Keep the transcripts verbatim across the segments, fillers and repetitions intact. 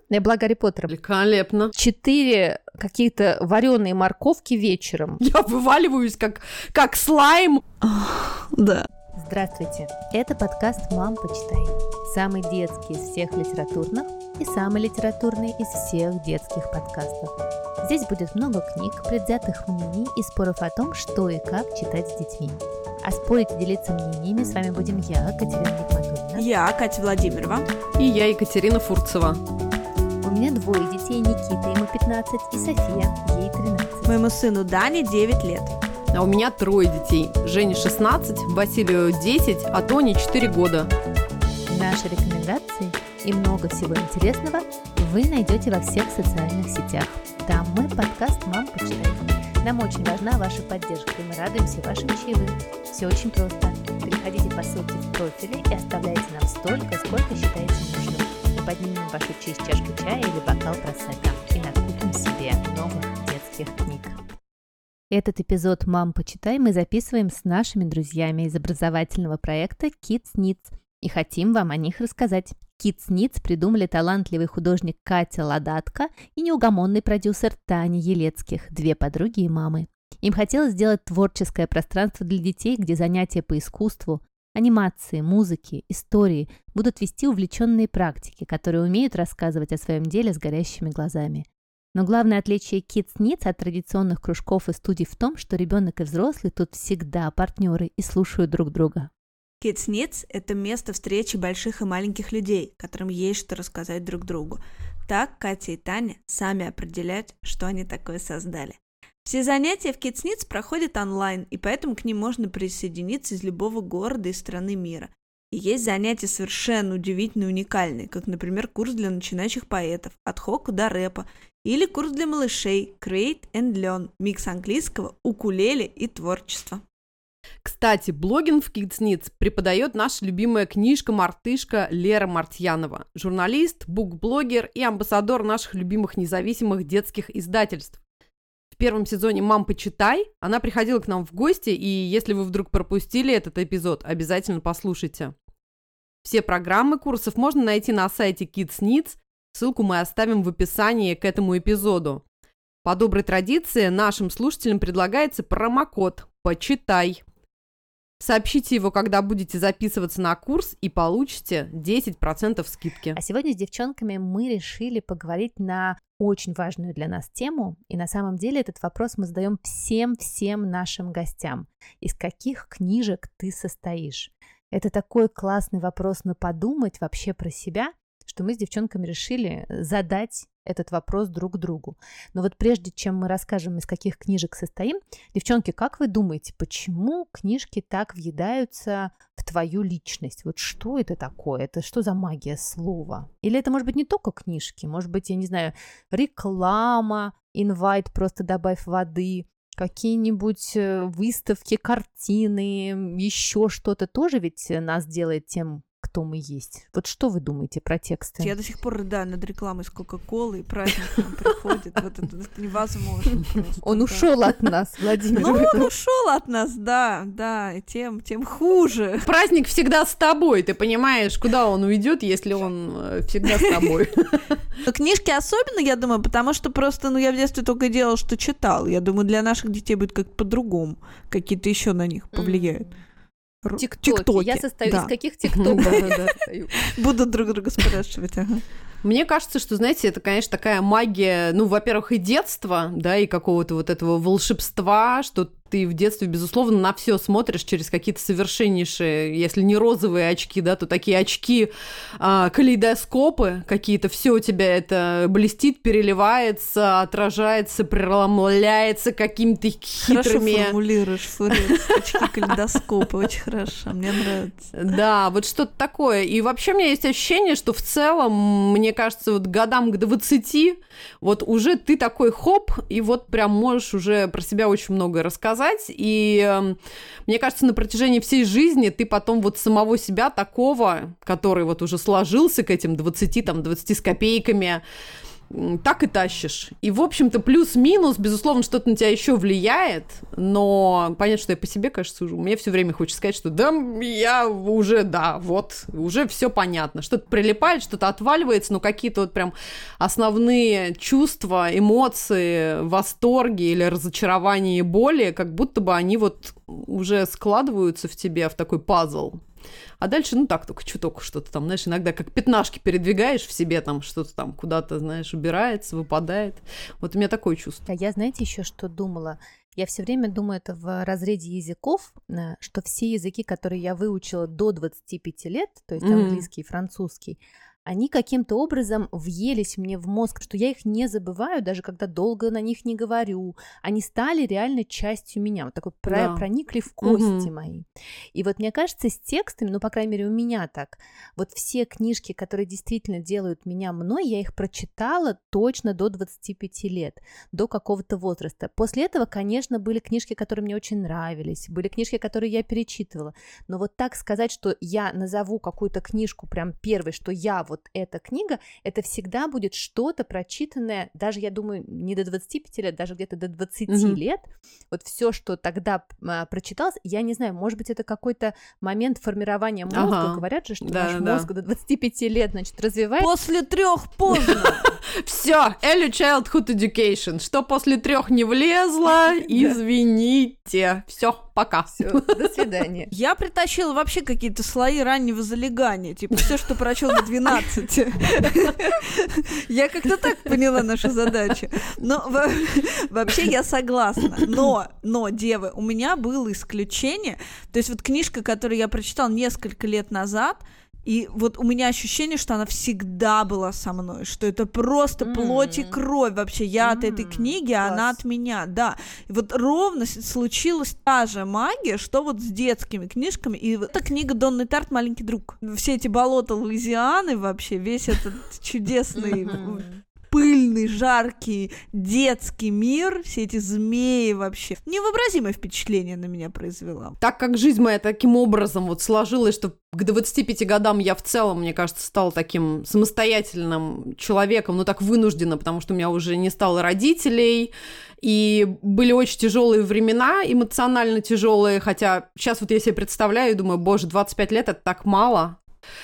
Я была Гарри Поттером. Великолепно. Четыре какие-то вареные морковки вечером. Я вываливаюсь как, как слайм. Да. Здравствуйте. Это подкаст «Мам, почитай». Самый детский из всех литературных и самый литературный из всех детских подкастов. Здесь будет много книг, предвзятых мнений и споров о том, что и как читать с детьми. А спорить и делиться мнениями с вами будем я, Катерина Нигматульна. Я, Катя Владимирова. И я, Екатерина Фурцева. У меня двое детей, Никита, ему пятнадцать, и София, ей тринадцать. Моему сыну Дане девять лет. А у меня трое детей. Жене шестнадцать, Василию десять, а Тоне четыре года. Наши рекомендации и много всего интересного вы найдете во всех социальных сетях. Там мы подкаст «Мам, почитай». Нам очень важна ваша поддержка, и мы радуемся вашим чаевым. Все очень просто. Переходите по ссылке в профиле и оставляйте нам столько, сколько считаете нужным. Мы поднимем вашу честь чашку чая или бокал просекко и накупим себе новых детских книг. Этот эпизод «Мам, почитай» мы записываем с нашими друзьями из образовательного проекта Kids Needs и хотим вам о них рассказать. Kids Needs придумали талантливый художник Катя Ладатко и неугомонный продюсер Таня Елецких, две подруги и мамы. Им хотелось сделать творческое пространство для детей, где занятия по искусству, анимации, музыке, истории будут вести увлеченные практики, которые умеют рассказывать о своем деле с горящими глазами. Но главное отличие Kids Needs от традиционных кружков и студий в том, что ребенок и взрослый тут всегда партнеры и слушают друг друга. Kids Needs – это место встречи больших и маленьких людей, которым есть что рассказать друг другу. Так Катя и Таня сами определяют, что они такое создали. Все занятия в Kids Needs проходят онлайн, и поэтому к ним можно присоединиться из любого города и страны мира. И есть занятия совершенно удивительные и уникальные, как, например, курс для начинающих поэтов «От хоку до рэпа», или курс для малышей «Create and Learn», микс английского, укулеле и творчества. Кстати, блогинг в Kids Needs преподает наша любимая книжка-мартышка Лера Мартьянова, журналист, букблогер и амбассадор наших любимых независимых детских издательств. В первом сезоне «Мам, почитай» она приходила к нам в гости, и если вы вдруг пропустили этот эпизод, обязательно послушайте. Все программы курсов можно найти на сайте Kids Needs, ссылку мы оставим в описании к этому эпизоду. По доброй традиции нашим слушателям предлагается промокод «Почитай». Сообщите его, когда будете записываться на курс, и получите десять процентов скидки. А сегодня с девчонками мы решили поговорить на очень важную для нас тему. И на самом деле этот вопрос мы задаем всем-всем нашим гостям. Из каких книжек ты состоишь? Это такой классный вопрос на подумать вообще про себя, что мы с девчонками решили задать этот вопрос друг другу. Но вот прежде чем мы расскажем, из каких книжек состоим, девчонки, как вы думаете, почему книжки так въедаются в твою личность? Вот что это такое? Это что за магия слова? Или это, может быть, не только книжки? Может быть, я не знаю, реклама, инвайт, просто добавь воды, какие-нибудь выставки, картины, еще что-то тоже ведь нас делает тем, кто мы есть. Вот что вы думаете про тексты? Я до сих пор рыдаю над рекламой с Кока-Колы, и праздник нам приходит. Вот это невозможно просто. Он ушел от нас, Владимир. Ну, он ушел от нас, да, да, и тем, тем хуже. Праздник всегда с тобой, ты понимаешь, куда он уйдет, если он всегда с тобой. Но книжки особенно, я думаю, потому что просто, ну, я в детстве только делала, что читал. Я думаю, для наших детей будет как по-другому. Какие-то еще на них повлияют. Тиктоки. Тиктоки. Я состою да. из каких тиктоков? Будут друг друга спрашивать. Мне кажется, что, знаете, это, конечно, такая магия, ну, во-первых, и детства, да, и какого-то вот этого волшебства, что ты в детстве, безусловно, на все смотришь через какие-то совершеннейшие, если не розовые очки, да, то такие очки, а, калейдоскопы какие-то, все у тебя это блестит, переливается, отражается, преломляется какими-то хитрыми... Хорошо формулируешь, очки калейдоскопа, очень хорошо, мне нравится. Да, вот что-то такое. И вообще у меня есть ощущение, что в целом, мне кажется, вот годам к двадцати, вот уже ты такой хоп, и вот прям можешь уже про себя очень многое рассказать. И э, мне кажется, на протяжении всей жизни ты потом вот самого себя такого, который вот уже сложился к этим двадцати, там, двадцати с копейками, так и тащишь. И, в общем-то, плюс-минус, безусловно, что-то на тебя еще влияет, но понятно, что я по себе, кажется, уже, мне все время хочется сказать, что да, я уже, да, вот, уже все понятно. Что-то прилипает, что-то отваливается, но какие-то вот прям основные чувства, эмоции, восторги или разочарования и боли, как будто бы они вот уже складываются в тебе в такой пазл. А дальше, ну так, только чуток что-то там, знаешь, иногда как пятнашки передвигаешь в себе, там что-то там куда-то, знаешь, убирается, выпадает. Вот у меня такое чувство. А я, знаете, еще что думала? Я все время думаю это в разреде языков, что все языки, которые я выучила до двадцати пяти лет, то есть английский, mm-hmm. французский, они каким-то образом въелись мне в мозг, что я их не забываю, даже когда долго на них не говорю. Они стали реально частью меня, вот такой да. проникли в кости угу. мои. И вот мне кажется, с текстами, ну, по крайней мере, у меня так, вот все книжки, которые действительно делают меня мной, я их прочитала точно до двадцати пяти лет, до какого-то возраста. После этого, конечно, были книжки, которые мне очень нравились, были книжки, которые я перечитывала. Но вот так сказать, что я назову какую-то книжку прям первой, что я вот Вот эта книга, это всегда будет что-то прочитанное, даже, я думаю, не до двадцати пяти лет, даже где-то до двадцати mm-hmm. лет. Вот все, что тогда а, прочиталось, я не знаю, может быть, это какой-то момент формирования мозга. Ага. Говорят же, что да, наш да. мозг до двадцати пяти лет, значит, развивается. После трех поздно. Все, early childhood education. Что после трех не влезло, извините. Все, пока. Все, до свидания. Я притащила вообще какие-то слои раннего залегания, типа все, что прочел на двенадцати. Я как-то так поняла нашу задачу. Но вообще я согласна. Но, но, девы, у меня было исключение. То есть вот книжка, которую я прочитала несколько лет назад, и вот у меня ощущение, что она всегда была со мной, что это просто mm-hmm. плоть и кровь вообще. Я mm-hmm. от этой книги, а она от меня, да. И вот ровно случилась та же магия, что вот с детскими книжками. И вот эта книга Донны Тарт «Маленький друг». Все эти болота Луизианы вообще, весь этот чудесный... Mm-hmm. пыльный, жаркий, детский мир, все эти змеи вообще. Невообразимое впечатление на меня произвела. Так как жизнь моя таким образом вот сложилась, что к двадцати пяти годам я в целом, мне кажется, стала таким самостоятельным человеком, но так вынуждена, потому что у меня уже не стало родителей, и были очень тяжелые времена, эмоционально тяжелые, хотя сейчас вот я себе представляю и думаю, боже, двадцать пять лет — это так мало.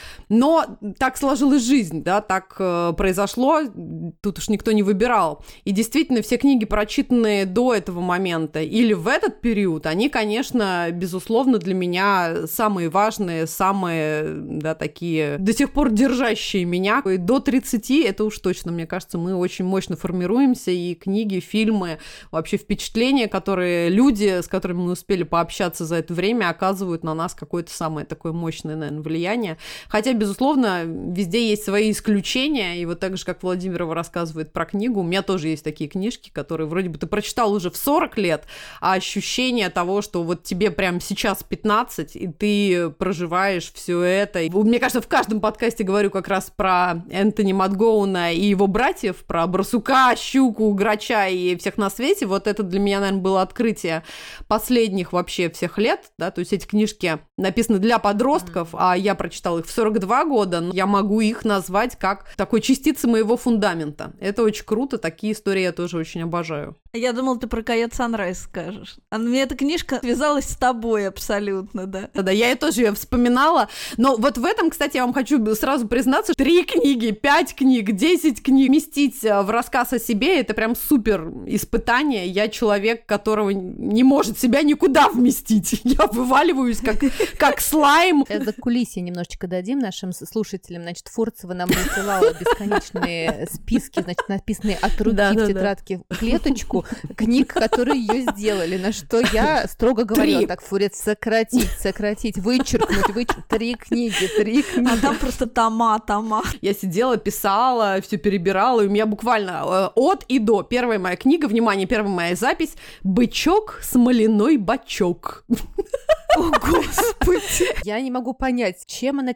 Но так сложилась жизнь, да, так э, произошло, тут уж никто не выбирал. И действительно, все книги, прочитанные до этого момента или в этот период, они, конечно, безусловно, для меня самые важные, самые, да, такие, до сих пор держащие меня. И до тридцати, это уж точно, мне кажется, мы очень мощно формируемся, и книги, фильмы, вообще впечатления, которые люди, с которыми мы успели пообщаться за это время, оказывают на нас какое-то самое такое мощное, наверное, влияние. Хотя, безусловно, везде есть свои исключения, и вот так же, как Владимирова рассказывает про книгу, у меня тоже есть такие книжки, которые вроде бы ты прочитал уже в сорок лет, а ощущение того, что вот тебе прямо сейчас пятнадцать, и ты проживаешь все это. И, мне кажется, в каждом подкасте говорю как раз про Энтони Макгоуна и его братьев, про Барсука, Щуку, Грача и всех на свете. Вот это для меня, наверное, было открытие последних вообще всех лет, да, то есть эти книжки написаны для подростков, а я прочитала их в сорок два года, но я могу их назвать как такой частицей моего фундамента. Это очень круто, такие истории я тоже очень обожаю. Я думала, ты про Кайет Санрайз скажешь. А мне эта книжка связалась с тобой абсолютно, да. Да-да, я ее тоже ее вспоминала, но вот в этом, кстати, я вам хочу сразу признаться, три книги, пять книг, десять книг вместить в рассказ о себе, это прям супер испытание. Я человек, которого не может себя никуда вместить. Я вываливаюсь как, как слайм. Сейчас за кулисье немножечко дадим нашим слушателям. Значит, Фурцева нам присылала бесконечные списки, значит, написанные от руки да, в да, тетрадке да. в клеточку, книг, которые ее сделали, на что я строго говорила, три. Так, Фурец, сократить, сократить, вычеркнуть, вычеркнуть, три книги, три книги. А там просто тома, тома. Я сидела, писала, все перебирала, и у меня буквально от и до. Первая моя книга, внимание, первая моя запись «Бычок, смоляной бачок». О, Господи! Я не могу понять, чем она тебя сформировала.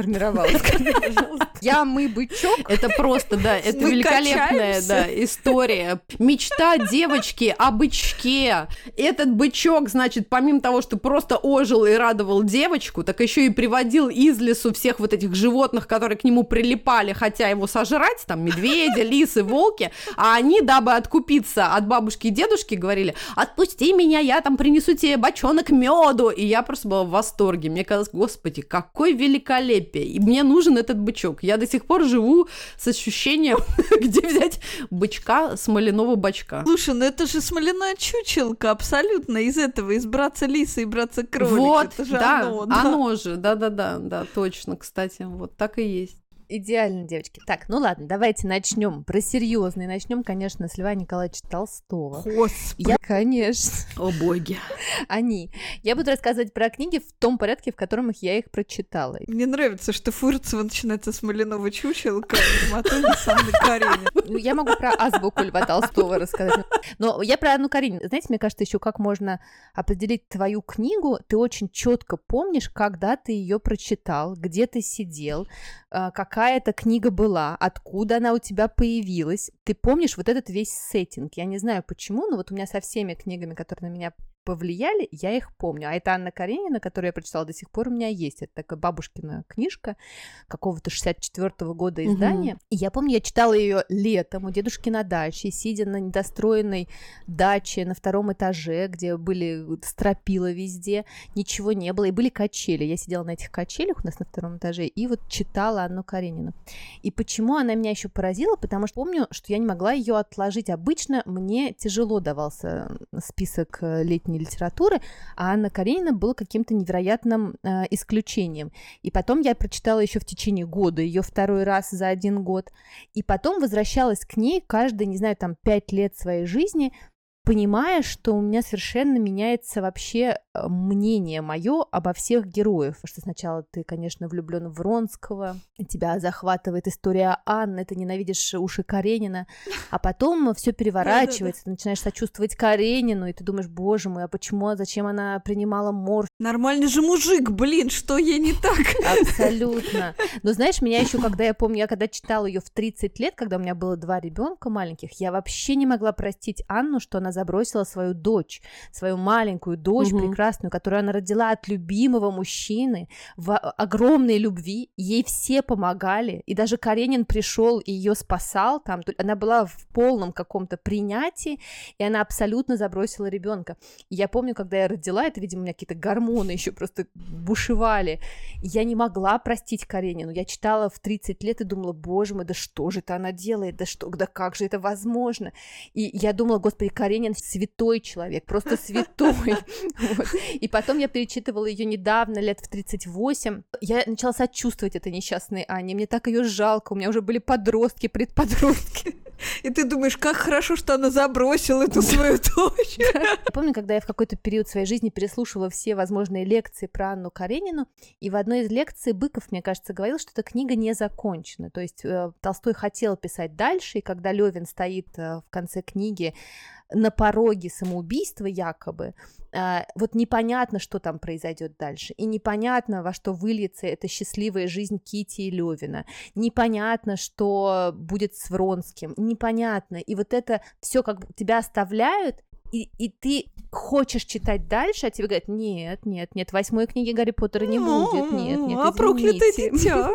сформировалась. Скажи, пожалуйста. Я мы бычок. Это просто, да, это Мы великолепная, качаемся. да, история. Мечта девочки о бычке. Этот бычок, значит, помимо того, что просто ожил и радовал девочку, так еще и приводил из лесу всех вот этих животных, которые к нему прилипали, хотя его сожрать, там, медведя, лисы, волки, а они, дабы откупиться от бабушки и дедушки, говорили: отпусти меня, я там принесу тебе бочонок меду. И я просто была в восторге. Мне казалось, господи, какое великолепие. И мне нужен этот бычок. Я до сих пор живу с ощущением, где взять бычка, смоляного бачка. Слушай, ну это же смоляная чучелка абсолютно из этого, из братца лиса и братца кролика. Вот, это же да, оно, да. оно же, да-да-да, да, точно, кстати, вот так и есть. Идеально, девочки. Так, ну ладно, давайте начнем про серьезное. Начнем, конечно, с Льва Николаевича Толстого. Господи. Я, конечно, О боги. они. Я буду рассказывать про книги в том порядке, в котором их я их прочитала. Мне нравится, что Фурцева начинается с смоляного чучелка, а Матуня с Анной Карениной. Ну, я могу про азбуку Льва Толстого рассказать. Но я про Анну Каренину. Знаете, мне кажется, еще как можно определить твою книгу. Ты очень четко помнишь, когда ты ее прочитал, где ты сидел, какая эта книга была, откуда она у тебя появилась. Ты помнишь вот этот весь сеттинг. Я не знаю почему, но вот у меня со всеми книгами, которые на меня повлияли, я их помню. А это Анна Каренина, которую я прочитала до сих пор, у меня есть. Это такая бабушкина книжка какого-то шестьдесят четвёртого года издания. Угу. И я помню, я читала ее летом у дедушки на даче, сидя на недостроенной даче на втором этаже, где были стропила везде, ничего не было, и были качели. Я сидела на этих качелях у нас на втором этаже и вот читала Анну Каренину. И почему она меня еще поразила? Потому что помню, что я не могла ее отложить. Обычно мне тяжело давался список летней литературы, а Анна Каренина была каким-то невероятным э, исключением. И потом я прочитала еще в течение года, ее второй раз за один год, и потом возвращалась к ней каждые, не знаю, там, пять лет своей жизни, понимая, что у меня совершенно меняется вообще мнение мое обо всех героях. Потому что сначала ты, конечно, влюблен в Вронского, тебя захватывает история Анны, ты ненавидишь уши Каренина, а потом все переворачивается, ты начинаешь сочувствовать Каренину, и ты думаешь, боже мой, а почему, зачем она принимала морфий? Нормальный же мужик, блин, что ей не так? Абсолютно. Но знаешь, меня еще, когда я помню, я когда читала ее в тридцать лет, когда у меня было два ребенка маленьких, я вообще не могла простить Анну, что она забросила свою дочь, свою маленькую дочь, угу. прекрасную, которую она родила от любимого мужчины, в огромной любви. Ей все помогали, и даже Каренин пришел и ее спасал. Там, она была в полном каком-то принятии, и она абсолютно забросила ребенка. И я помню, когда я родила, это, видимо, у меня какие-то гормоны еще просто бушевали. И я не могла простить Каренину. Я читала в тридцать лет и думала, боже мой, да что же это она делает, да что, да как же это возможно? И я думала, господи, Каренин святой человек, просто святой. Вот. И потом я перечитывала ее недавно, лет в тридцать восемь. Я начала сочувствовать этой несчастной Ане. Мне так ее жалко. У меня уже были подростки, предподростки. И ты думаешь, как хорошо, что она забросила эту свою дочь. Я помню, когда я в какой-то период своей жизни переслушивала все возможные лекции про Анну Каренину, и в одной из лекций Быков, мне кажется, говорил, что эта книга не закончена. То есть э, Толстой хотел писать дальше, и когда Левин стоит э, в конце книги на пороге самоубийства якобы, э, вот непонятно, что там произойдет дальше, и непонятно, во что выльется эта счастливая жизнь Кити и Левина, непонятно, что будет с Вронским, непонятно, и вот это все как бы тебя оставляют, и, и ты хочешь читать дальше, а тебе говорят, нет, нет, нет, восьмой книги Гарри Поттера не будет, нет, нет, а проклятое дитя.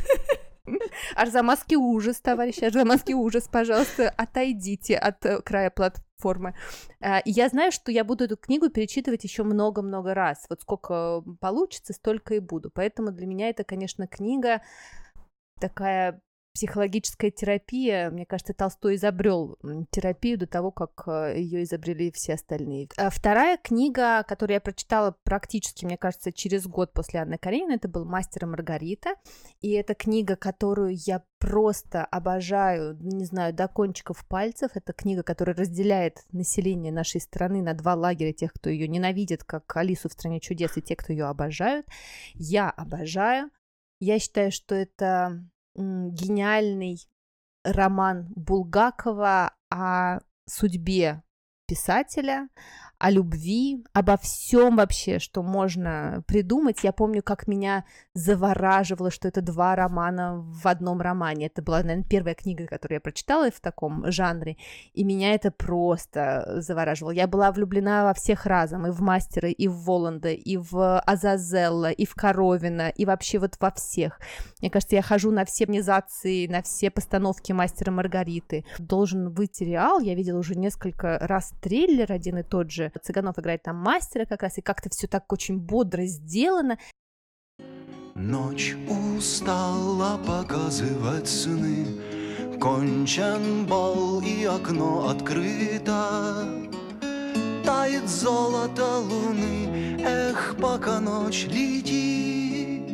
Арзамасский ужас, товарищи, Арзамасский ужас, пожалуйста, отойдите от края платформы. И я знаю, что я буду эту книгу перечитывать еще много-много раз. Вот сколько получится, столько и буду. Поэтому для меня это, конечно, книга такая психологическая терапия. Мне кажется, Толстой изобрел терапию до того, как ее изобрели все остальные. А вторая книга, которую я прочитала практически, мне кажется, через год после Анны Карениной, это был «Мастер и Маргарита». И это книга, которую я просто обожаю, не знаю, до кончиков пальцев. Это книга, которая разделяет население нашей страны на два лагеря: тех, кто ее ненавидит, как Алису в «Стране чудес», и те, кто ее обожают. Я обожаю. Я считаю, что это гениальный роман Булгакова о судьбе писателя, о любви, обо всем вообще, что можно придумать. Я помню, как меня завораживало, что это два романа в одном романе. Это была, наверное, первая книга, которую я прочитала в таком жанре, и меня это просто завораживало. Я была влюблена во всех разом, и в Мастера, и в Воланда, и в Азазелла, и в Коровина, и вообще вот во всех. Мне кажется, я хожу на все организации, на все постановки Мастера Маргариты. Должен выйти реал, я видела уже несколько раз трейлер один и тот же. Цыганов играет там Мастера как раз, и как-то все так очень бодро сделано. Ночь устала показывать сны, кончен бал и окно открыто. Тает золото луны, эх, пока ночь летит,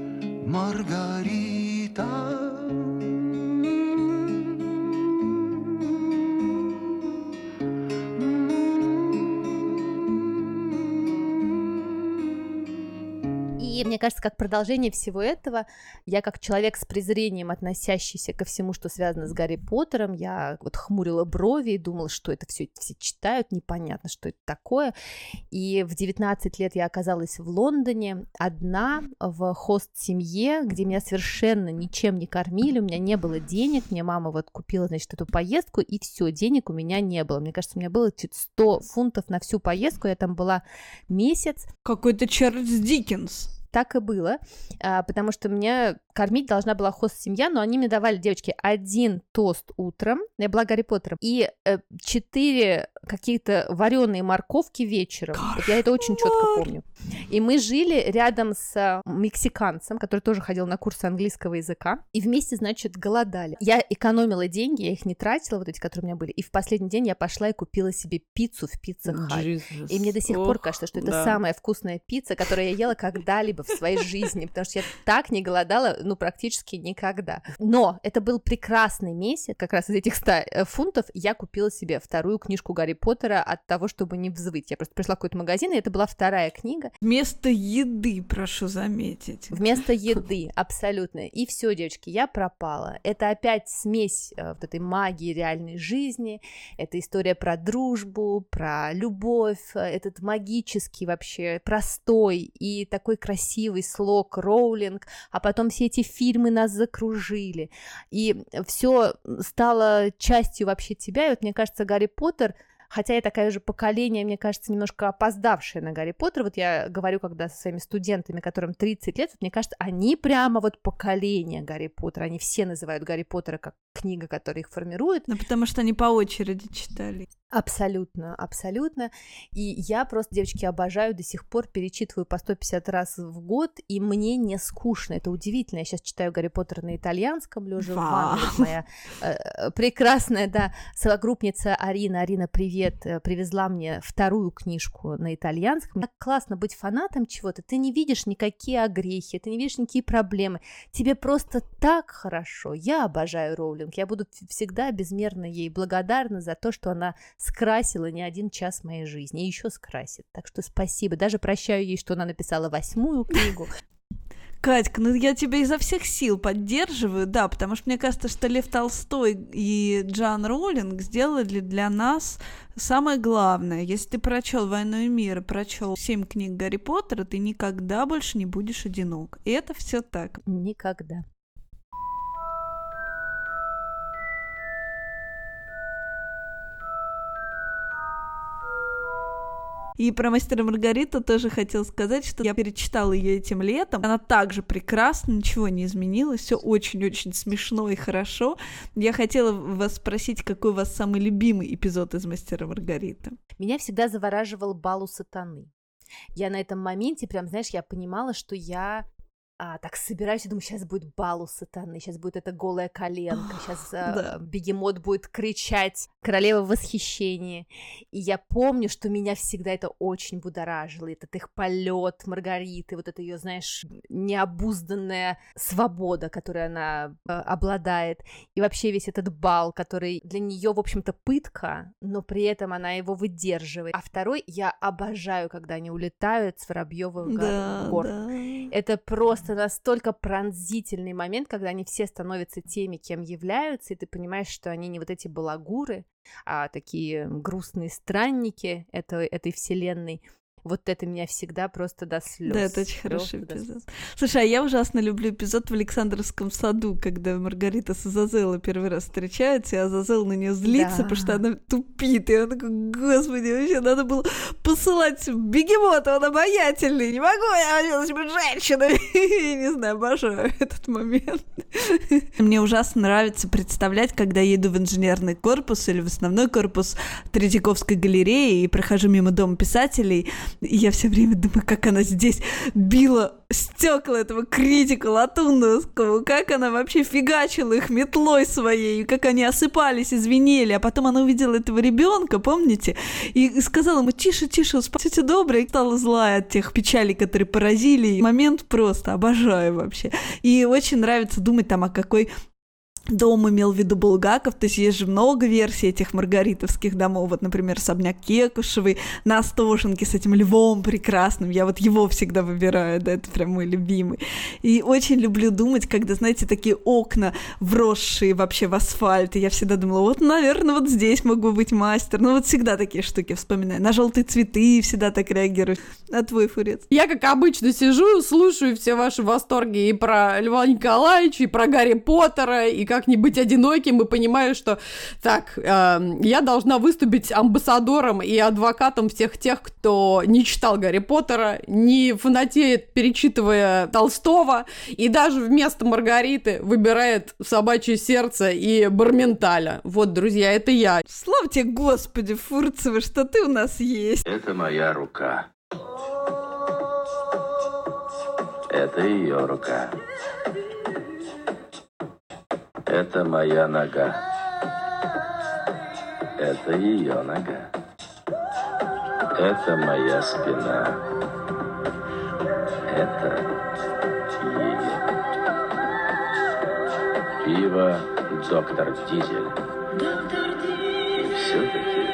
Маргарита. И мне кажется, как продолжение всего этого, я как человек с презрением, относящийся ко всему, что связано с Гарри Поттером, я вот хмурила брови и думала, что это все, все читают, непонятно, что это такое. И в девятнадцать лет я оказалась в Лондоне одна в хост-семье, где меня совершенно ничем не кормили, у меня не было денег, мне мама вот купила, значит, эту поездку, и все, денег у меня не было. Мне кажется, у меня было чуть сто фунтов на всю поездку, я там была месяц. Какой-то Чарльз Диккенс. Так и было, потому что меня кормить должна была хост-семья, но они мне давали, девочки, один тост утром, я была Гарри Поттером, и четыре какие-то вареные морковки вечером. Вот я это очень четко помню. И мы жили рядом с мексиканцем, который тоже ходил на курсы английского языка, и вместе, значит, голодали. Я экономила деньги, я их не тратила, вот эти, которые у меня были, и в последний день я пошла и купила себе пиццу в Pizza Hut. И мне до сих Ох, пор кажется, что это да. самая вкусная пицца, которую я ела когда-либо в своей жизни, потому что я так не голодала, ну, практически никогда. Но это был прекрасный месяц, как раз из этих ста фунтов я купила себе вторую книжку Гарри Поттера от того, чтобы не взвыть. Я просто пришла в какой-то магазин, и это была вторая книга. Вместо еды, прошу заметить. Вместо еды, абсолютно. И все, девочки, я пропала. Это опять смесь э, вот этой магии реальной жизни, это история про дружбу, про любовь, этот магический вообще простой и такой красивый слог Роулинг, а потом все эти фильмы нас закружили, и все стало частью вообще тебя, и вот мне кажется, Гарри Поттер, хотя я такая же поколение, мне кажется, немножко опоздавшее на Гарри Поттер, вот я говорю, когда со своими студентами, которым тридцать лет, вот мне кажется, они прямо вот поколение Гарри Поттера, они все называют Гарри Поттера как книга, которая их формирует. Ну, потому что они по очереди читали. Абсолютно, абсолютно. И я просто, девочки, обожаю, до сих пор перечитываю по сто пятьдесят раз в год, и мне не скучно. Это удивительно. Я сейчас читаю Гарри Поттера на итальянском, лежа в ванной. Моя э, прекрасная, да, совокрупница Арина. Арина, привет, привезла мне вторую книжку на итальянском. Так классно быть фанатом чего-то. Ты не видишь никакие огрехи, ты не видишь никакие проблемы. Тебе просто так хорошо. Я обожаю Роулинг. Я буду всегда безмерно ей благодарна за то, что она скрасила не один час моей жизни, и еще скрасит. Так что спасибо. Даже прощаю ей, что она написала восьмую книгу. Катька, ну я тебя изо всех сил поддерживаю, да, потому что мне кажется, что Лев Толстой и Джоан Роулинг сделали для нас самое главное. Если ты прочел «Войну и мир» и прочел семь книг Гарри Поттера, ты никогда больше не будешь одинок. И это все так. Никогда. И про «Мастера Маргариту» тоже хотела сказать, что я перечитала ее этим летом. Она также прекрасна, ничего не изменилось, все очень-очень смешно и хорошо. Я хотела вас спросить, какой у вас самый любимый эпизод из «Мастера Маргариты»? Меня всегда завораживал бал у сатаны. Я на этом моменте прям, знаешь, я понимала, что я... А, так собираюсь и думаю, сейчас будет бал у сатаны, сейчас будет эта голая коленка, сейчас да. а, бегемот будет кричать, королева в восхищении. И я помню, что меня всегда это очень будоражило, этот их полет Маргариты, вот это ее, знаешь, необузданная свобода, которой она а, обладает, и вообще весь этот бал, который для нее, в общем-то, пытка, но при этом она его выдерживает. А второй, я обожаю, когда они улетают с Воробьевых да, гор. Да. Это просто просто настолько пронзительный момент, когда они все становятся теми, кем являются, и ты понимаешь, что они не вот эти балагуры, а такие грустные странники этой, этой вселенной. Вот это меня всегда просто до слез. Да, это очень хороший эпизод. Слушай, а я ужасно люблю эпизод в Александровском саду, когда Маргарита с Азазеллой первый раз встречается, и Азазел на нее злится, да. потому что она тупит. И он такой, господи, вообще надо было посылать бегемота, он обаятельный, не могу я быть женщиной. Не знаю, обожаю этот момент. Мне ужасно нравится представлять, когда я иду в инженерный корпус или в основной корпус Третьяковской галереи и прохожу мимо Дома писателей, и я все время думаю, как она здесь била стекла этого критика Латуновского, как она вообще фигачила их метлой своей, как они осыпались и звенели, а потом она увидела этого ребенка, помните, и сказала ему: тише, тише, успокойся, добрая, и стала злая от тех печалей, которые поразили. Момент просто обожаю вообще. И очень нравится думать там, о какой дом имел в виду Булгаков, то есть есть же много версий этих маргаритовских домов, вот, например, особняк Кекушевой на Остоженке с этим львом прекрасным, я вот его всегда выбираю, да, это прям мой любимый. И очень люблю думать, когда, знаете, такие окна, вросшие вообще в асфальт, и я всегда думала, вот, наверное, вот здесь могу быть мастер, ну вот всегда такие штуки вспоминаю, на желтые цветы всегда так реагирую. А твой, Фурец? Я, как обычно, сижу, слушаю все ваши восторги и про Льва Николаевича, и про Гарри Поттера, и как как не быть одиноким, и понимаю, что так, э, я должна выступить амбассадором и адвокатом всех тех, кто не читал Гарри Поттера, не фанатеет, перечитывая Толстого, и даже вместо Маргариты выбирает «Собачье сердце» и Барменталя. Вот, друзья, это я. Слава тебе, Господи, Фурцева, что ты у нас есть. Это моя рука. Это ее рука. Это моя нога. Это ее нога. Это моя спина. Это ее. Пиво «Доктор Дизель». И все-таки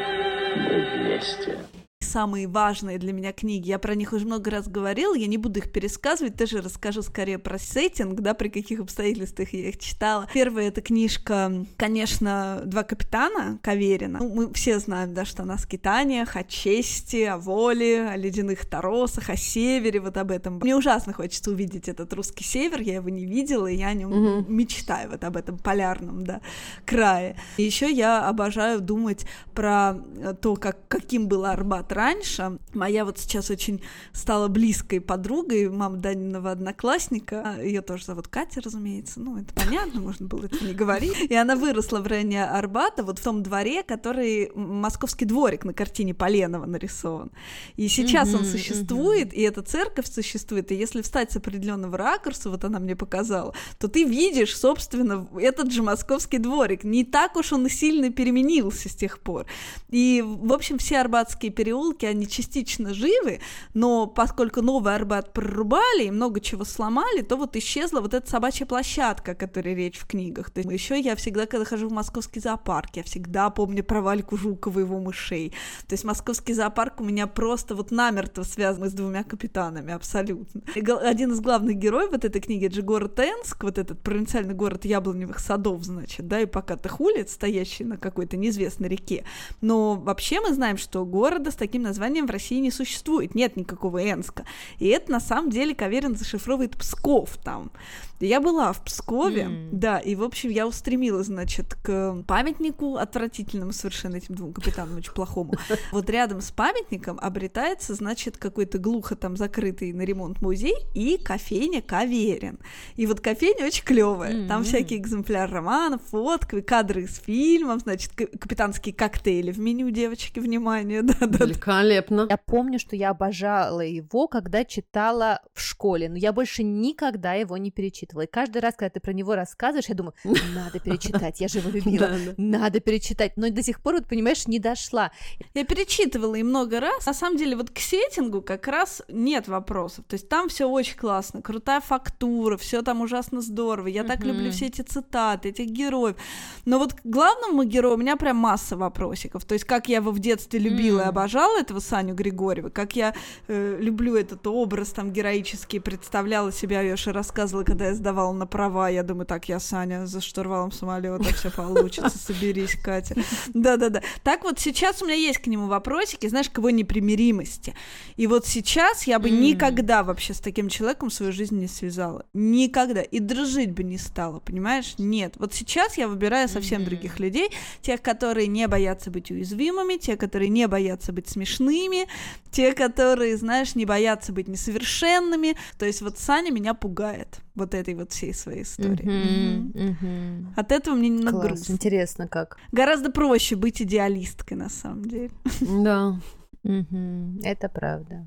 мы вместе. Самые важные для меня книги. Я про них уже много раз говорила, я не буду их пересказывать, тоже расскажу скорее про сеттинг, да, при каких обстоятельствах я их читала. Первая — это книжка, конечно, «Два капитана» Каверина. Ну, мы все знаем, да, что она о скитаниях, о чести, о воле, о ледяных торосах, о севере, вот об этом. Мне ужасно хочется увидеть этот русский север, я его не видела, и я о нем mm-hmm. мечтаю, вот об этом полярном, да, крае. И еще я обожаю думать про то, как, каким был Арбат раньше. Моя вот сейчас очень стала близкой подругой, мама Даниного одноклассника, ее тоже зовут Катя, разумеется, ну, это понятно, можно было это не говорить, и она выросла в районе Арбата, вот в том дворе, который Московский дворик на картине Поленова нарисован, и сейчас mm-hmm, он существует, mm-hmm. и эта церковь существует, и если встать с определенного ракурса, вот она мне показала, то ты видишь, собственно, этот же Московский дворик, не так уж он и сильно переменился с тех пор, и, в общем, все арбатские переулки, они частично живы, но поскольку Новый Арбат прорубали и много чего сломали, то вот исчезла вот эта собачья площадка, о которой речь в книгах. То есть еще я всегда, когда хожу в московский зоопарк, я всегда помню про Вальку Жукова и его мышей. То есть московский зоопарк у меня просто вот намертво связан с двумя капитанами, абсолютно. И один из главных героев вот этой книги — это же город Энск, вот этот провинциальный город яблоневых садов, значит, да, и покатых улиц, стоящий на какой-то неизвестной реке. Но вообще мы знаем, что города с таким названием в России не существует, нет никакого Энска. И это на самом деле Каверин зашифровывает Псков там. Я была в Пскове, mm. да, и, в общем, я устремилась, значит, к памятнику отвратительному совершенно этим двум капитанам, очень плохому. Вот рядом с памятником обретается, значит, какой-то глухо там закрытый на ремонт музей и кофейня Каверин. И вот кофейня очень клевая. Mm-hmm. Там всякие экземпляры романов, фотки, кадры из фильмов, значит, капитанские коктейли в меню, девочки, внимание. Да, да, великолепно. Я помню, что я обожала его, когда читала в школе, но я больше никогда его не перечитывала. перечитывала. И каждый раз, когда ты про него рассказываешь, я думаю, надо перечитать, я же его любила, надо перечитать. Но до сих пор, вот понимаешь, не дошла. Я перечитывала и много раз. На самом деле, вот к сеттингу как раз нет вопросов. То есть там все очень классно, крутая фактура, все там ужасно здорово. Я так люблю все эти цитаты, этих героев. Но вот к главному герою у меня прям масса вопросиков. То есть как я его в детстве любила и обожала, этого Саню Григорьева, как я э, люблю этот образ там героический, представляла себя, я же рассказывала, когда я сдавала на права, я думаю, так, я Саня за штурвалом самолета, все получится, соберись, Катя. Да-да-да. Так вот сейчас у меня есть к нему вопросики, знаешь, к его непримиримости. И вот сейчас я бы mm. никогда вообще с таким человеком свою жизнь не связала. Никогда. И дружить бы не стала, понимаешь? Нет. Вот сейчас я выбираю совсем mm-hmm. других людей, тех, которые не боятся быть уязвимыми, те, которые не боятся быть смешными, те, которые, знаешь, не боятся быть несовершенными. То есть вот Саня меня пугает вот этой вот всей своей историей. Mm-hmm. Mm-hmm. От этого мне немного Класс. грустно. Интересно как. Гораздо проще быть идеалисткой, на самом деле. Да. Это правда.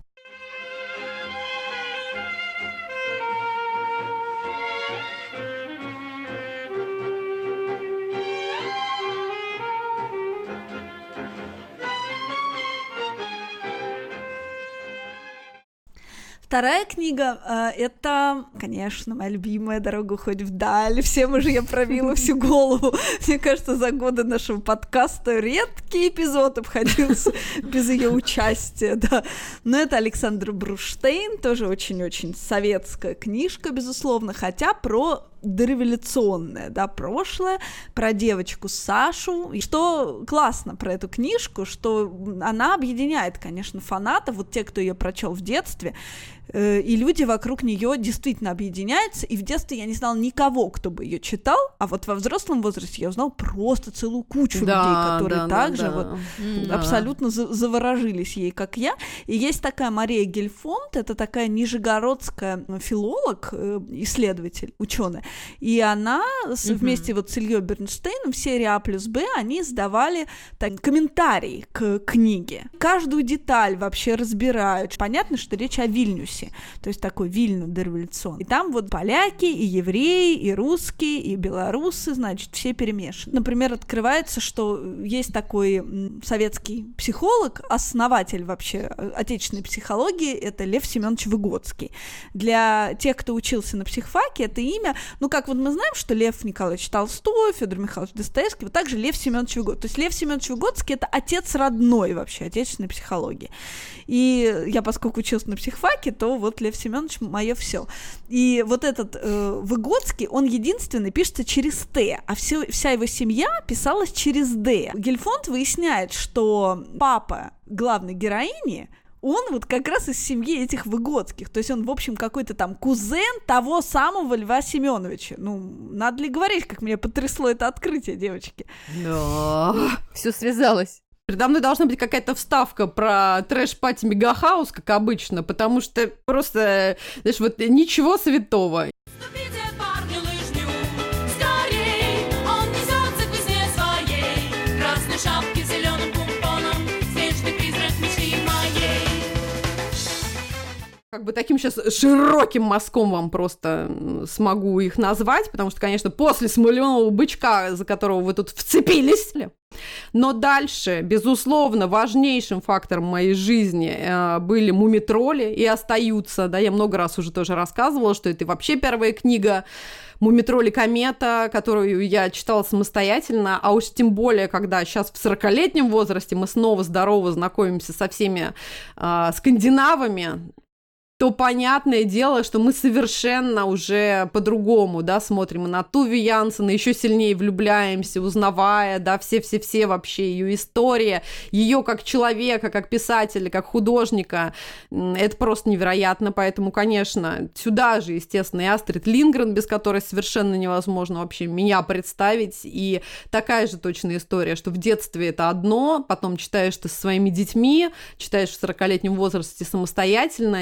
Вторая книга э, — это, конечно, моя любимая «Дорога уходит вдаль». Всем уже я пробила всю голову. Мне кажется, за годы нашего подкаста редкий эпизод обходился без ее участия, да. Но это Александр Бруштейн, тоже очень-очень советская книжка, безусловно, хотя про дореволюционное, да, прошлое, про девочку Сашу. И что классно про эту книжку, что она объединяет, конечно, фанатов, вот те, кто ее прочел в детстве, э, и люди вокруг нее действительно объединяются. И в детстве я не знала никого, кто бы ее читал, а вот во взрослом возрасте я узнала просто целую кучу да, людей, которые да, также да, вот да. абсолютно за- заворожились ей, как я. И есть такая Мария Гельфонд, это такая нижегородская филолог, э, исследователь, ученая. И она uh-huh. вместе вот с Ильей Бернштейном в серии А плюс Б они сдавали так, комментарии к книге. Каждую деталь вообще разбирают. Понятно, что речь о Вильнюсе, то есть такой Вильно дореволюционный. И там вот поляки, и евреи, и русские, и белорусы, значит, все перемешаны. Например, открывается, что есть такой советский психолог, основатель вообще отечественной психологии, это Лев Семенович Выгодский. Для тех, кто учился на психфаке, это имя. Ну, как вот мы знаем, что Лев Николаевич Толстой, Федор Михайлович Достоевский, вот также Лев Семенович Выгодский. То есть Лев Семенович Выгодский — это отец родной вообще отечественной психологии. И я, поскольку училась на психфаке, то вот Лев Семенович — мое все. И вот этот э, Выгодский, он единственный пишется через Т, а все, вся его семья писалась через Д. Гельфонд выясняет, что папа главной героини — он вот как раз из семьи этих Выгодских, то есть он, в общем, какой-то там кузен того самого Льва Семеновича. Ну, надо ли говорить, как меня потрясло это открытие, девочки? Да, все связалось. Передо мной должна быть какая-то вставка про трэш-пати Мегахаус, как обычно, потому что просто, знаешь, вот ничего святого. Как бы таким сейчас широким мазком вам просто смогу их назвать, потому что, конечно, после «Смоленого бычка», за которого вы тут вцепились, но дальше, безусловно, важнейшим фактором моей жизни э, были «Мумитроли» и остаются, да, я много раз уже тоже рассказывала, что это вообще первая книга «Мумитроли. Комета», которую я читала самостоятельно, а уж тем более, когда сейчас в сорокалетнем возрасте мы снова здорово знакомимся со всеми э, скандинавами, то понятное дело, что мы совершенно уже по-другому, да, смотрим на Туве Янсен, еще сильнее влюбляемся, узнавая, да, все-все-все вообще ее история, ее как человека, как писателя, как художника, это просто невероятно, поэтому, конечно, сюда же, естественно, и Астрид Линдгрен, без которой совершенно невозможно вообще меня представить, и такая же точная история, что в детстве это одно, потом читаешь ты со своими детьми, читаешь в сорокалетнем возрасте самостоятельно,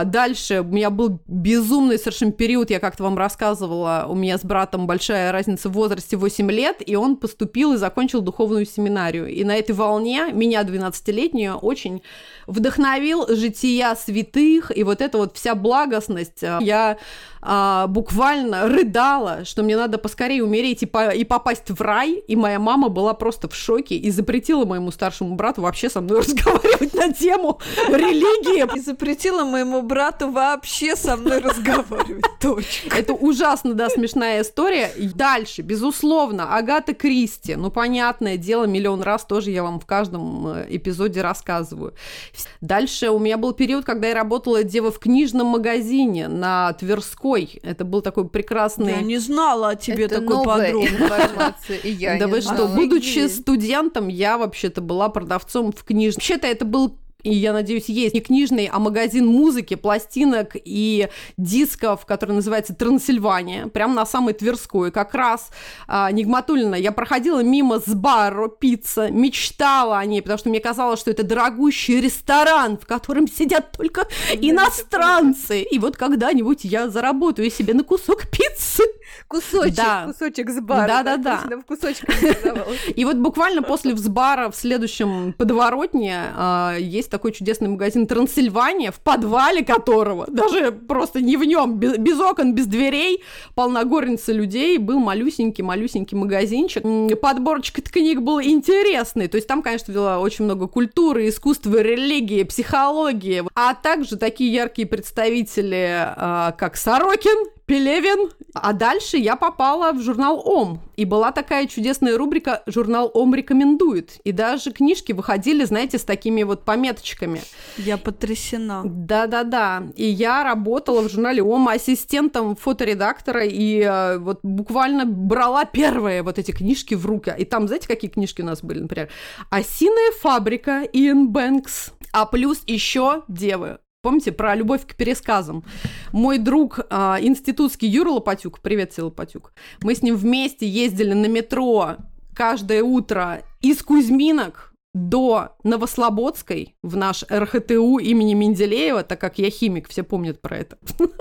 Дальше у меня был безумный совершенно период, я как-то вам рассказывала, у меня с братом большая разница в возрасте, восемь лет, и он поступил и закончил духовную семинарию. И на этой волне меня, двенадцатилетнюю, очень вдохновил жития святых, и вот эта вот вся благостность. Я а, буквально рыдала, что мне надо поскорее умереть и, по- и попасть в рай, и моя мама была просто в шоке и запретила моему старшему брату вообще со мной разговаривать на тему религии. И запретила моему брату вообще со мной разговаривать. Точка. Это ужасно, да, смешная история. И дальше, безусловно, Агата Кристи. Ну, понятное дело, миллион раз тоже я вам в каждом эпизоде рассказываю. Дальше у меня был период, когда я работала дева в книжном магазине на Тверской. Это был такой прекрасный... Я не знала о тебе Это такой новая подробности. информация, и я Да не вы знала. что, будучи студентом, я вообще-то была продавцом в книжном... Вообще-то это был, и я надеюсь, есть не книжный, а магазин музыки, пластинок и дисков, который называется «Трансильвания», прямо на самой Тверской. Как раз а, Нигматуллина, я проходила мимо Сбарро пицца, мечтала о ней, потому что мне казалось, что это дорогущий ресторан, в котором сидят только иностранцы. И вот когда-нибудь я заработаю себе на кусок пиццы. Кусочек, Да. кусочек с бара. Да-да-да. Точно, в кусочках называлось. И вот буквально после взбара в следующем подворотне а, есть такой чудесный магазин «Трансильвания», в подвале которого, даже просто не в нем, без, без окон, без дверей, полна горница людей, был малюсенький-малюсенький магазинчик. М, Подборочка книг был интересный, то есть там, конечно, было очень много культуры, искусства, религии, психологии, а также такие яркие представители, а, как Сорокин, Пелевин. А дальше я попала в журнал «Ом». И была такая чудесная рубрика «Журнал «Ом» рекомендует». И даже книжки выходили, знаете, с такими вот пометочками. Я потрясена. Да-да-да. И я работала в журнале «Ом» ассистентом фоторедактора. И э, вот буквально брала первые вот эти книжки в руки. И там, знаете, какие книжки у нас были? Например, «Осиная фабрика» Иэн Бэнкс. А плюс еще «Девы». Помните, про любовь к пересказам. Мой друг э, институтский Юра Лопатюк, привет тебе, Лопатюк, мы с ним вместе ездили на метро каждое утро из Кузьминок до Новослободской в наш эр ха тэ у имени Менделеева, так как я химик, все помнят про это.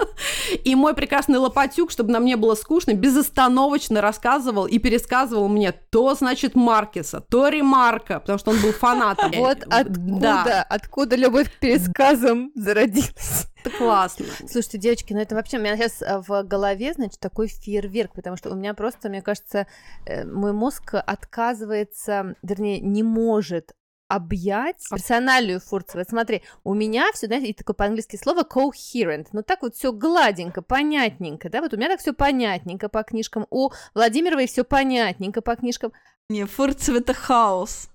И мой прекрасный Лопатюк, чтобы нам не было скучно, безостановочно рассказывал и пересказывал мне то, значит, Маркеса, то Ремарка, потому что он был фанатом. Вот откуда, откуда любовь к пересказам зародилась. Это классно. Слушайте, девочки, ну это вообще у меня сейчас в голове, значит, такой фейерверк, потому что у меня просто, мне кажется, мой мозг отказывается, вернее, не может объять персоналию Фурцева. Смотри, у меня все, знаете, и такое по-английски слово coherent, ну так вот все гладенько, понятненько, да, вот у меня так все понятненько по книжкам, у Владимировой все понятненько по книжкам. Не, Фурцев — это хаос.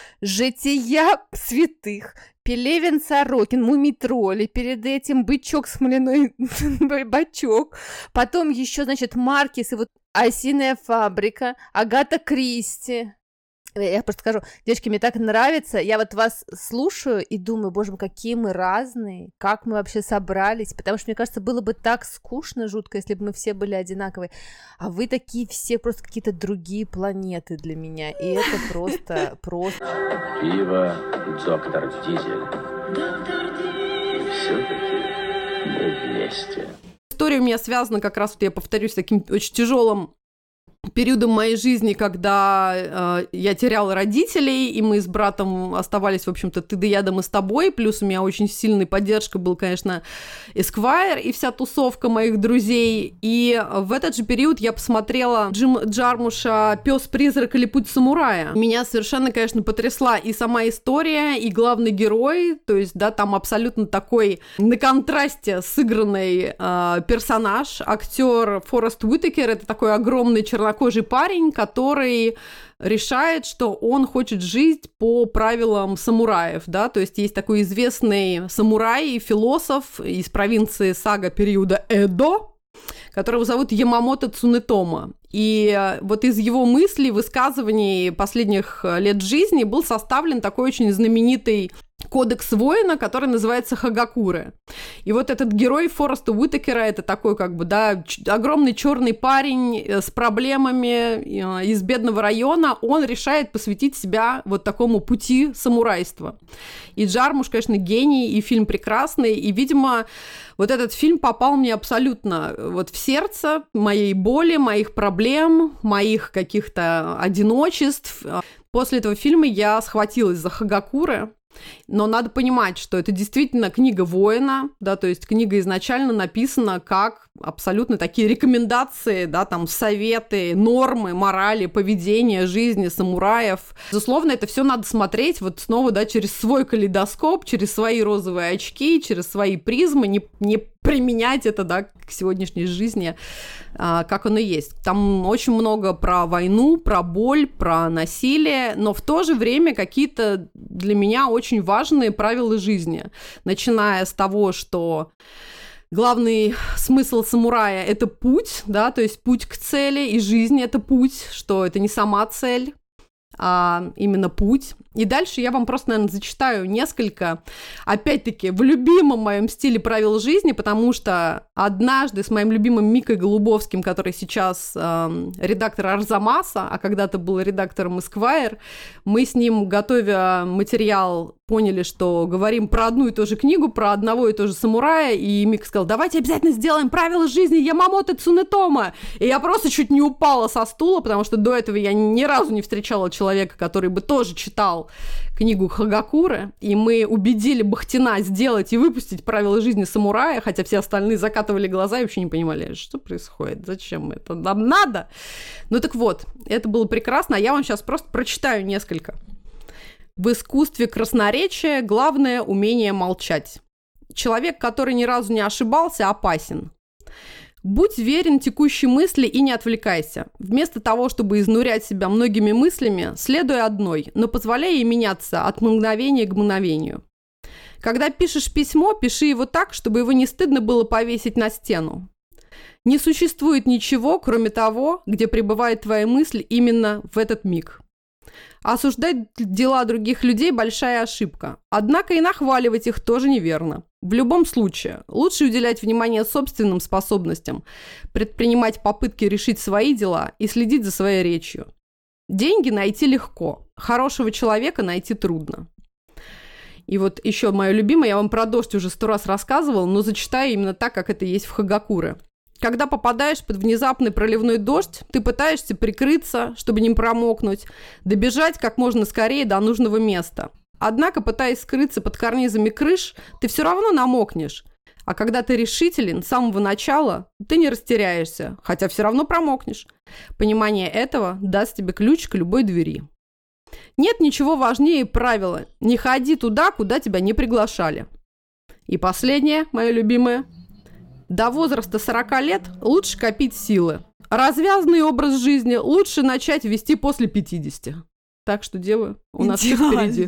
Жития святых, Пелевин, Сорокин, Мумий-тролли, перед этим бычок смоляной бачок, потом еще, значит, Маркес и вот Осиная фабрика, Агата Кристи. Я просто скажу, девочки, мне так нравится, я вот вас слушаю и думаю, боже мой, какие мы разные, как мы вообще собрались, потому что, мне кажется, было бы так скучно, жутко, если бы мы все были одинаковые, а вы такие все просто какие-то другие планеты для меня, и это просто, просто... Пиво, доктор Дизель. Доктор Дизель. И все-таки мы вместе. История у меня связана как раз, вот я повторюсь, с таким очень тяжелым периодом моей жизни, когда э, я теряла родителей, и мы с братом оставались, в общем-то, ты да я, да мы с тобой, плюс у меня очень сильной поддержкой был, конечно, Эсквайр и вся тусовка моих друзей, и в этот же период я посмотрела Джим Джармуша «Пёс-призрак» или «Путь самурая». Меня совершенно, конечно, потрясла и сама история, и главный герой, то есть, да, там абсолютно такой на контрасте сыгранный э, персонаж, актер Форест Уитакер, это такой огромный чернокожий парень, который решает, что он хочет жить по правилам самураев, да, то есть есть такой известный самурай и философ из провинции Сага периода Эдо, которого зовут Ямамото Цунетома. И вот из его мыслей, высказываний последних лет жизни был составлен такой очень знаменитый кодекс воина, который называется Хагакуры. И вот этот герой Фореста Уитакера, это такой, как бы, да, ч- огромный черный парень с проблемами из бедного района, он решает посвятить себя вот такому пути самурайства. И Джармуш, конечно, гений, и фильм прекрасный, и, видимо, вот этот фильм попал мне абсолютно вот в сердце моей боли, моих проблем, моих каких-то одиночеств. После этого фильма я схватилась за Хагакуры. Но надо понимать, что это действительно книга воина, да, то есть книга изначально написана как абсолютно такие рекомендации, да, там советы, нормы, морали, поведения, жизни самураев. Безусловно, это все надо смотреть вот снова, да, через свой калейдоскоп, через свои розовые очки, через свои призмы, не, не применять это, да, к сегодняшней жизни, а, как оно есть. Там очень много про войну, про боль, про насилие, но в то же время какие-то для меня очень важные правила жизни, начиная с того, что главный смысл самурая – это путь, да, то есть путь к цели, и жизнь – это путь, что это не сама цель, а именно путь. И дальше я вам просто, наверное, зачитаю несколько, опять-таки, в любимом моем стиле правил жизни, потому что однажды с моим любимым Микой Голубовским, который сейчас э, редактор Арзамаса, а когда-то был редактором Esquire, мы с ним, готовя материал, поняли, что говорим про одну и ту же книгу, про одного и того же самурая, и Мика сказал: давайте обязательно сделаем правила жизни Ямамото Цунетома. И я просто чуть не упала со стула, потому что до этого я ни разу не встречала человека, который бы тоже читал книгу Хагакуры, и мы убедили Бахтина сделать и выпустить правила жизни самурая, хотя все остальные закатывали глаза и вообще не понимали, что происходит, зачем это нам надо. Ну так вот, это было прекрасно, а я вам сейчас просто прочитаю несколько. В искусстве красноречия главное умение молчать. Человек, который ни разу не ошибался, опасен. Будь верен текущей мысли и не отвлекайся. Вместо того, чтобы изнурять себя многими мыслями, следуй одной, но позволяй ей меняться от мгновения к мгновению. Когда пишешь письмо, пиши его так, чтобы его не стыдно было повесить на стену. Не существует ничего, кроме того, где пребывает твоя мысль именно в этот миг. Осуждать дела других людей – большая ошибка. Однако и нахваливать их тоже неверно. В любом случае, лучше уделять внимание собственным способностям, предпринимать попытки решить свои дела и следить за своей речью. Деньги найти легко, хорошего человека найти трудно. И вот еще мое любимое, я вам про дождь уже сто раз рассказывала, но зачитаю именно так, как это есть в Хагакуре. Когда попадаешь под внезапный проливной дождь, ты пытаешься прикрыться, чтобы не промокнуть, добежать как можно скорее до нужного места. Однако, пытаясь скрыться под карнизами крыш, ты все равно намокнешь. А когда ты решителен с самого начала, ты не растеряешься, хотя все равно промокнешь. Понимание этого даст тебе ключ к любой двери. Нет ничего важнее правила. Не ходи туда, куда тебя не приглашали. И последнее, мое любимое. До возраста сорока лет лучше копить силы. Развязный образ жизни лучше начать вести после пятидесяти. Так что, девы, у нас все впереди.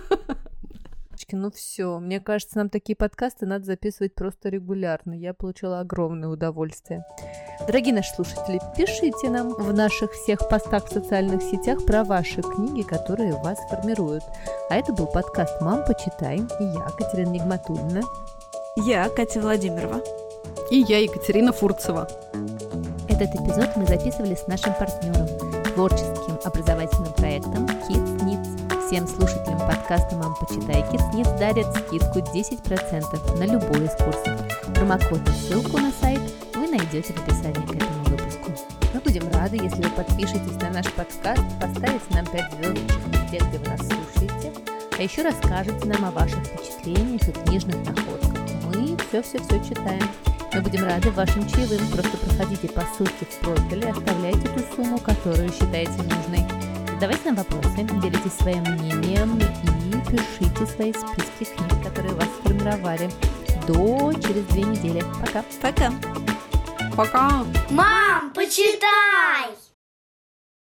Ну все, мне кажется, нам такие подкасты надо записывать просто регулярно. Я получила огромное удовольствие. Дорогие наши слушатели, пишите нам в наших всех постах в социальных сетях про ваши книги, которые вас формируют. А это был подкаст «Мам, почитай». И я, Катерина Нигматульна. Я, Катя Владимирова. И я, Екатерина Фурцева. Этот эпизод мы записывали с нашим партнером, творческим образовательным проектом Kids Needs. Всем слушателям подкаста «Мам, почитай» Kids Needs дарят скидку десять процентов на любой из курсов. Промокод и ссылку на сайт вы найдете в описании к этому выпуску. Мы будем рады, если вы подпишетесь на наш подкаст, поставите нам пять звездочек везде, где вы нас слушаете, а еще расскажете нам о ваших впечатлениях и книжных находках. Мы все-все-все читаем. Мы будем рады вашим чаевым. Просто проходите по ссылке в профиле, оставляйте ту сумму, которую считаете нужной. Задавайте нам вопросы, делитесь своим мнением и пишите свои списки книг, которые вас сформировали. До через две недели. Пока. Пока. Пока. Мам, почитай!